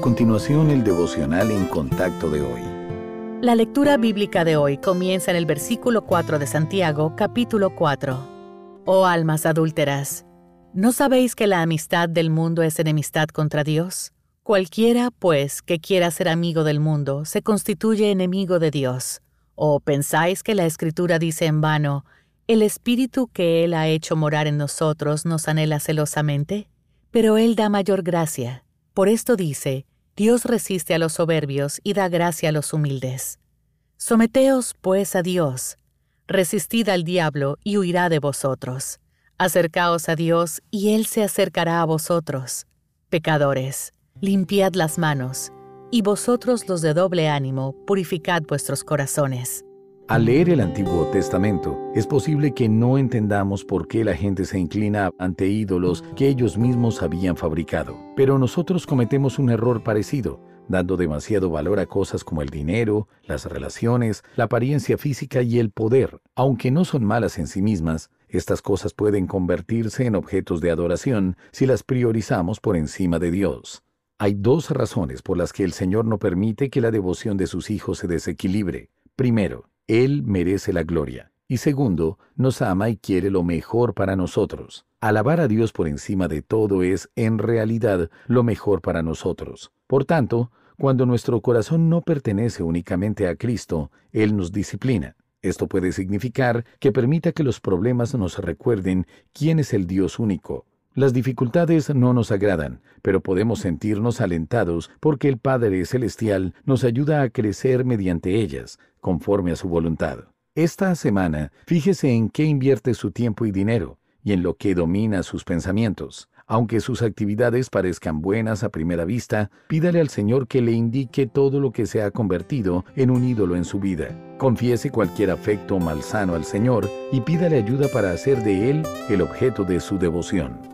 continuación, el devocional en contacto de hoy. La lectura bíblica de hoy comienza en el versículo 4 de Santiago, capítulo 4. Oh almas adúlteras, ¿no sabéis que la amistad del mundo es enemistad contra Dios? Cualquiera, pues, que quiera ser amigo del mundo, se constituye enemigo de Dios. ¿O pensáis que la Escritura dice en vano, el Espíritu que Él ha hecho morar en nosotros nos anhela celosamente? Pero Él da mayor gracia. Por esto dice, Dios resiste a los soberbios y da gracia a los humildes. Someteos, pues, a Dios. Resistid al diablo y huirá de vosotros. Acercaos a Dios y Él se acercará a vosotros. Pecadores, limpiad las manos, y vosotros los de doble ánimo, purificad vuestros corazones. Al leer el Antiguo Testamento, es posible que no entendamos por qué la gente se inclina ante ídolos que ellos mismos habían fabricado. Pero nosotros cometemos un error parecido, dando demasiado valor a cosas como el dinero, las relaciones, la apariencia física y el poder. Aunque no son malas en sí mismas, estas cosas pueden convertirse en objetos de adoración si las priorizamos por encima de Dios. Hay dos razones por las que el Señor no permite que la devoción de sus hijos se desequilibre. Primero, Él merece la gloria. Y segundo, nos ama y quiere lo mejor para nosotros. Alabar a Dios por encima de todo es, en realidad, lo mejor para nosotros. Por tanto, cuando nuestro corazón no pertenece únicamente a Cristo, Él nos disciplina. Esto puede significar que permita que los problemas nos recuerden quién es el Dios único. Las dificultades no nos agradan, pero podemos sentirnos alentados porque el Padre Celestial nos ayuda a crecer mediante ellas, conforme a su voluntad. Esta semana, fíjese en qué invierte su tiempo y dinero, y en lo que domina sus pensamientos. Aunque sus actividades parezcan buenas a primera vista, pídale al Señor que le indique todo lo que se ha convertido en un ídolo en su vida. Confiese cualquier afecto malsano al Señor y pídale ayuda para hacer de Él el objeto de su devoción.